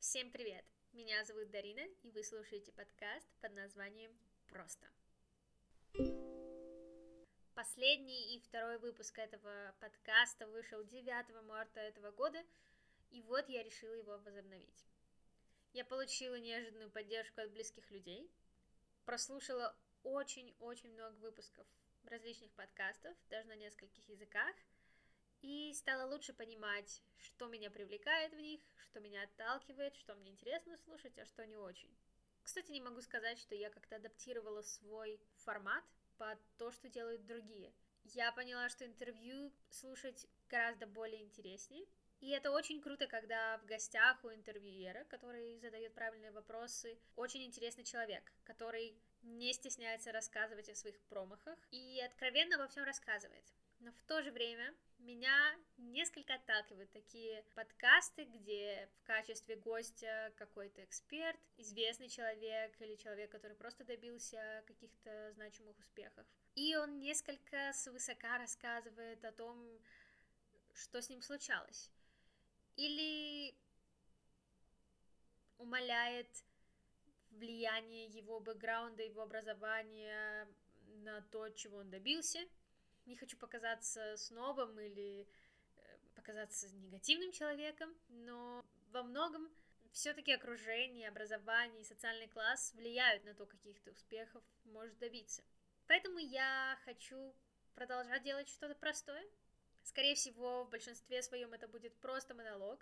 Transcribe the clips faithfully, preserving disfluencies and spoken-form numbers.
Всем привет! Меня зовут Дарина, и вы слушаете подкаст под названием «Просто». Последний и второй выпуск этого подкаста вышел девятого марта этого года, и вот я решила его возобновить. Я получила неожиданную поддержку от близких людей, прослушала очень-очень много выпусков различных подкастов, даже на нескольких языках, и стала лучше понимать, что меня привлекает в них, что меня отталкивает, что мне интересно слушать, а что не очень. Кстати, не могу сказать, что я как-то адаптировала свой формат под то, что делают другие. Я поняла, что интервью слушать гораздо более интереснее. И это очень круто, когда в гостях у интервьюера, который задает правильные вопросы, очень интересный человек, который не стесняется рассказывать о своих промахах и откровенно обо всем рассказывает. Но в то же время меня несколько отталкивают такие подкасты, где в качестве гостя какой-то эксперт, известный человек или человек, который просто добился каких-то значимых успехов. И он несколько свысока рассказывает о том, что с ним случалось. Или умаляет влияние его бэкграунда, его образования на то, чего он добился. Не хочу показаться снобом или показаться негативным человеком, но во многом все-таки окружение, образование и социальный класс влияют на то, каких ты успехов можешь добиться. Поэтому я хочу продолжать делать что-то простое. Скорее всего, в большинстве своем это будет просто монолог.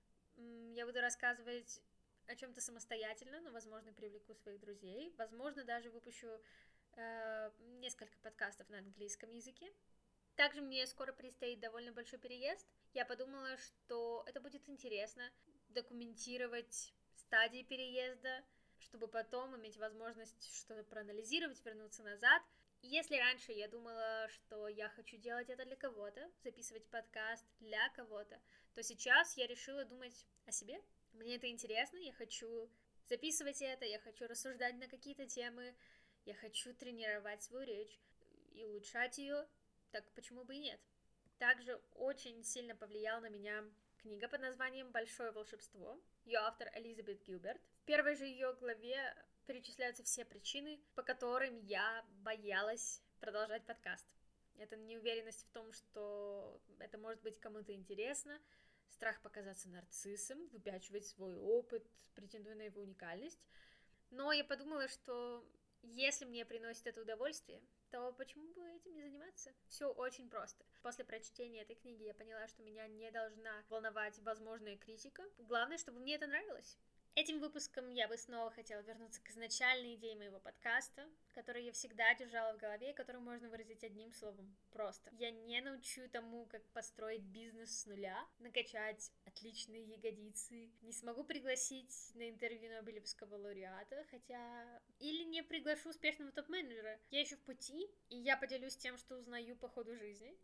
Я буду рассказывать о чем-то самостоятельно, но, возможно, привлеку своих друзей. Возможно, даже выпущу э, несколько подкастов на английском языке. Также мне скоро предстоит довольно большой переезд. Я подумала, что это будет интересно документировать стадии переезда, чтобы потом иметь возможность что-то проанализировать, вернуться назад. Если раньше я думала, что я хочу делать это для кого-то, записывать подкаст для кого-то, то сейчас я решила думать о себе. Мне это интересно, я хочу записывать это, я хочу рассуждать на какие-то темы, я хочу тренировать свою речь и улучшать ее. Так почему бы и нет? Также очень сильно повлияла на меня книга под названием «Большое волшебство». Ее автор Элизабет Гилберт. В первой же ее главе перечисляются все причины, по которым я боялась продолжать подкаст. Это неуверенность в том, что это может быть кому-то интересно, страх показаться нарциссом, выпячивать свой опыт, претендуя на его уникальность. Но я подумала, что если мне приносит это удовольствие, то почему бы этим не заниматься? Все очень просто. После прочтения этой книги я поняла, что меня не должна волновать возможная критика. Главное, чтобы мне это нравилось. Этим выпуском я бы снова хотела вернуться к изначальной идее моего подкаста, которую я всегда держала в голове и которую можно выразить одним словом — просто. Я не научу тому, как построить бизнес с нуля, накачать отличные ягодицы, не смогу пригласить на интервью Нобелевского лауреата, хотя... Или не приглашу успешного топ-менеджера. Я еще в пути, и я поделюсь тем, что узнаю по ходу жизни.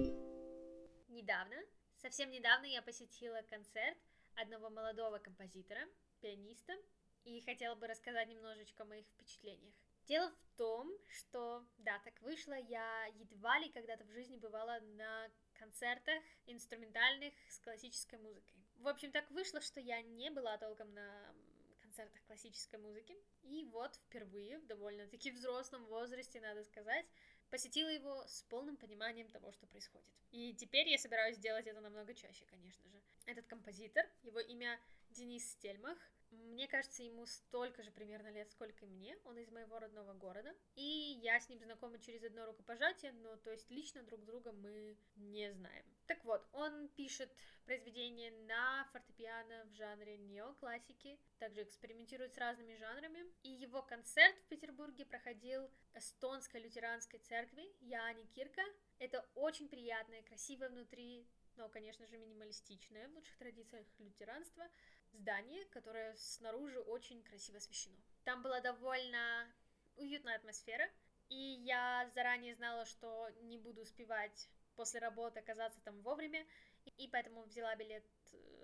Недавно, совсем недавно я посетила концерт одного молодого композитора, пианиста, и хотела бы рассказать немножечко о моих впечатлениях. Дело в том, что, да, так вышло, я едва ли когда-то в жизни бывала на концертах инструментальных с классической музыкой. В общем, так вышло, что я не была толком на концертах классической музыки, и вот впервые, в довольно-таки взрослом возрасте, надо сказать, посетила его с полным пониманием того, что происходит. И теперь я собираюсь делать это намного чаще, конечно же. Этот композитор, его имя Денис Стельмах. Мне кажется, ему столько же примерно лет, сколько и мне. Он из моего родного города. И я с ним знакома через одно рукопожатие, но то есть лично друг друга мы не знаем. Так вот, он пишет произведения на фортепиано в жанре неоклассики, также экспериментирует с разными жанрами. И его концерт в Петербурге проходил в эстонской лютеранской церкви Яани Кирка. Это очень приятное, красивое внутри, но, конечно же, минималистичное в лучших традициях лютеранства здание, которое снаружи очень красиво освещено. Там была довольно уютная атмосфера, и я заранее знала, что не буду успевать после работы оказаться там вовремя, и поэтому взяла билет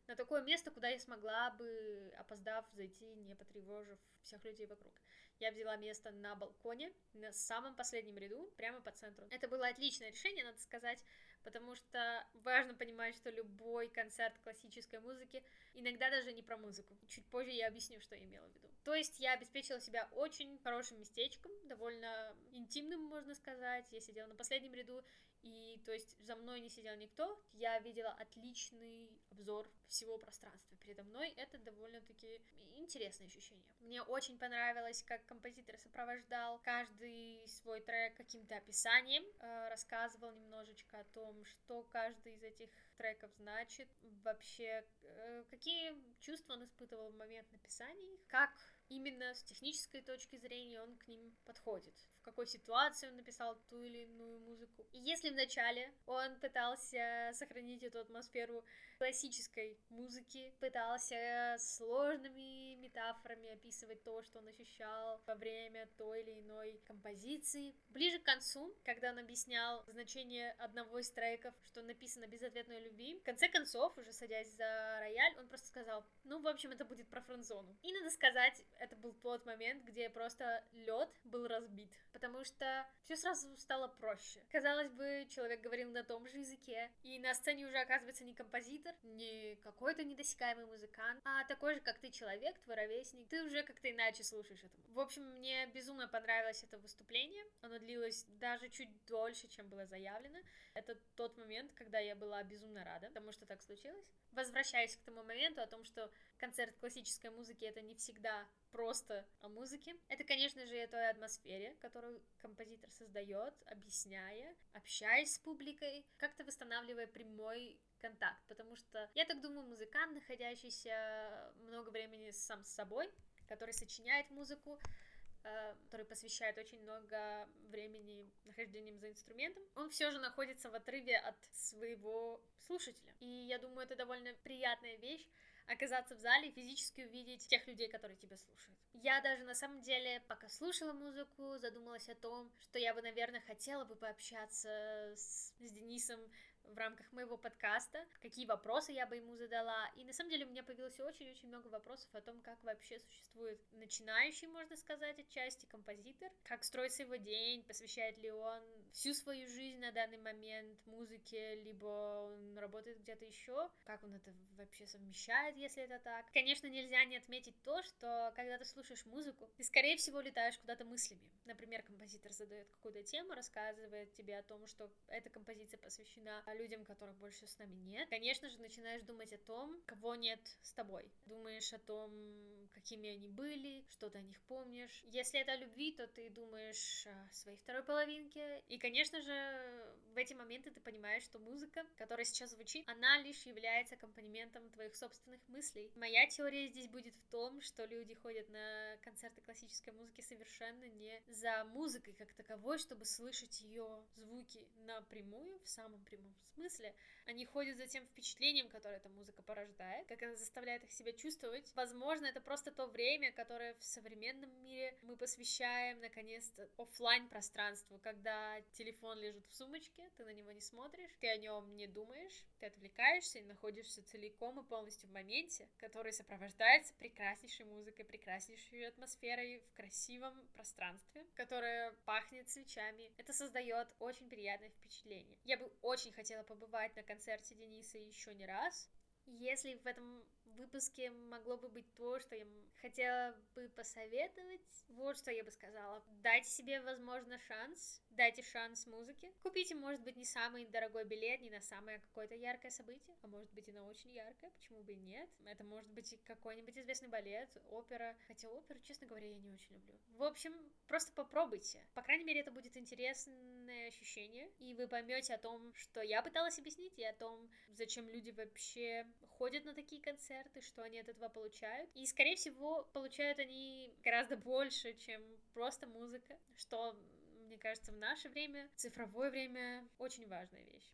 на такое место, куда я смогла бы, опоздав, зайти, не потревожив всех людей вокруг. Я взяла место на балконе, на самом последнем ряду, прямо по центру. Это было отличное решение, надо сказать, потому что важно понимать, что любой концерт классической музыки иногда даже не про музыку. Чуть позже я объясню, что я имела в виду. То есть я обеспечила себя очень хорошим местечком, довольно интимным, можно сказать. Я сидела на последнем ряду, и то есть за мной не сидел никто. Я видела отличный обзор всего пространства передо мной. Это довольно-таки интересное ощущение. Мне очень понравилось, как композитор сопровождал каждый свой трек каким-то описанием, э, рассказывал немножечко о том, что каждый из этих треков значит, вообще, э, какие чувства он испытывал в момент написания их, как именно с технической точки зрения он к ним подходит, в какой ситуации он написал ту или иную музыку. И если вначале он пытался сохранить эту атмосферу классической музыки, пытался сложными метафорами описывать то, что он ощущал во время той или иной композиции, ближе к концу, когда он объяснял значение одного из треков, что написано «Безответной любви», в конце концов, уже садясь за рояль, он просто сказал: ну, в общем, это будет про френдзону. И надо сказать, это был тот момент, где просто лед был разбит, потому что все сразу стало проще. Казалось бы, человек говорил на том же языке, и на сцене уже оказывается не композитор, не какой-то недосягаемый музыкант, а такой же, как ты, человек, твой ровесник. Ты уже как-то иначе слушаешь это. В общем, мне безумно понравилось это выступление. Оно длилось даже чуть дольше, чем было заявлено. Это тот момент, когда я была безумно рада, потому что так случилось. Возвращаясь к тому моменту о том, что концерт классической музыки — это не всегда просто о музыке. Это, конечно же, и о той атмосфере, которую композитор создает, объясняя, общаясь с публикой, как-то восстанавливая прямой контакт, потому что, я так думаю, музыкант, находящийся много времени сам с собой, который сочиняет музыку, который посвящает очень много времени нахождением за инструментом, он все же находится в отрыве от своего слушателя. И я думаю, это довольно приятная вещь — оказаться в зале и физически увидеть тех людей, которые тебя слушают. Я даже на самом деле, пока слушала музыку, задумалась о том, что я бы, наверное, хотела бы пообщаться с, с Денисом в рамках моего подкаста, какие вопросы я бы ему задала. И на самом деле у меня появилось очень-очень много вопросов о том, как вообще существует начинающий, можно сказать, отчасти композитор, как строится его день, посвящает ли он всю свою жизнь на данный момент музыке, либо он работает где-то еще, как он это вообще совмещает, если это так. Конечно, нельзя не отметить то, что когда ты слушаешь музыку, ты, скорее всего, летаешь куда-то мыслями. Например, композитор задает какую-то тему, рассказывает тебе о том, что эта композиция посвящена людям, которых больше с нами нет. Конечно же, начинаешь думать о том, кого нет с тобой. Думаешь о том, какими они были, что ты о них помнишь. Если это о любви, то ты думаешь о своей второй половинке. И, конечно же, в эти моменты ты понимаешь, что музыка, которая сейчас звучит, она лишь является аккомпанементом твоих собственных мыслей. Моя теория здесь будет в том, что люди ходят на концерты классической музыки совершенно не за музыкой как таковой, чтобы слышать ее звуки напрямую, в самом прямом смысле. Они ходят за тем впечатлением, которое эта музыка порождает, как она заставляет их себя чувствовать. Возможно, это просто то время, которое в современном мире мы посвящаем, наконец-то, офлайн пространству, когда телефон лежит в сумочке, ты на него не смотришь, ты о нем не думаешь, ты отвлекаешься и находишься целиком и полностью в моменте, который сопровождается прекраснейшей музыкой, прекраснейшей атмосферой в красивом пространстве, которое пахнет свечами. Это создает очень приятное впечатление. Я бы очень хотела побывать на концерте Дениса еще не раз. Если в этом выпуске могло бы быть то, что я хотела бы посоветовать, вот что я бы сказала. Дайте себе, возможно, шанс, дайте шанс музыке. Купите, может быть, не самый дорогой билет, не на самое какое-то яркое событие, а может быть и на очень яркое, почему бы и нет. Это может быть и какой-нибудь известный балет, опера, хотя оперу, честно говоря, я не очень люблю. В общем, просто попробуйте. По крайней мере, это будет интересное ощущение, и вы поймете о том, что я пыталась объяснить, и о том, зачем люди вообще ходят на такие концерты, что они от этого получают. И, скорее всего, получают они гораздо больше, чем просто музыка, что, мне кажется, в наше время, цифровое время, очень важная вещь.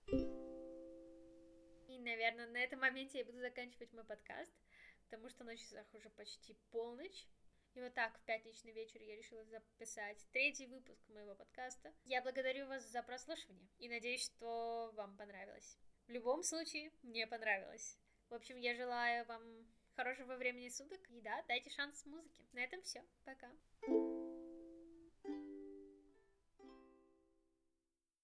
И, наверное, на этом моменте я буду заканчивать мой подкаст, потому что на часах уже почти полночь. И вот так в пятничный вечер я решила записать третий выпуск моего подкаста. Я благодарю вас за прослушивание и надеюсь, что вам понравилось. В любом случае, мне понравилось. В общем, я желаю вам хорошего времени суток. И да, дайте шанс музыке. На этом все. Пока.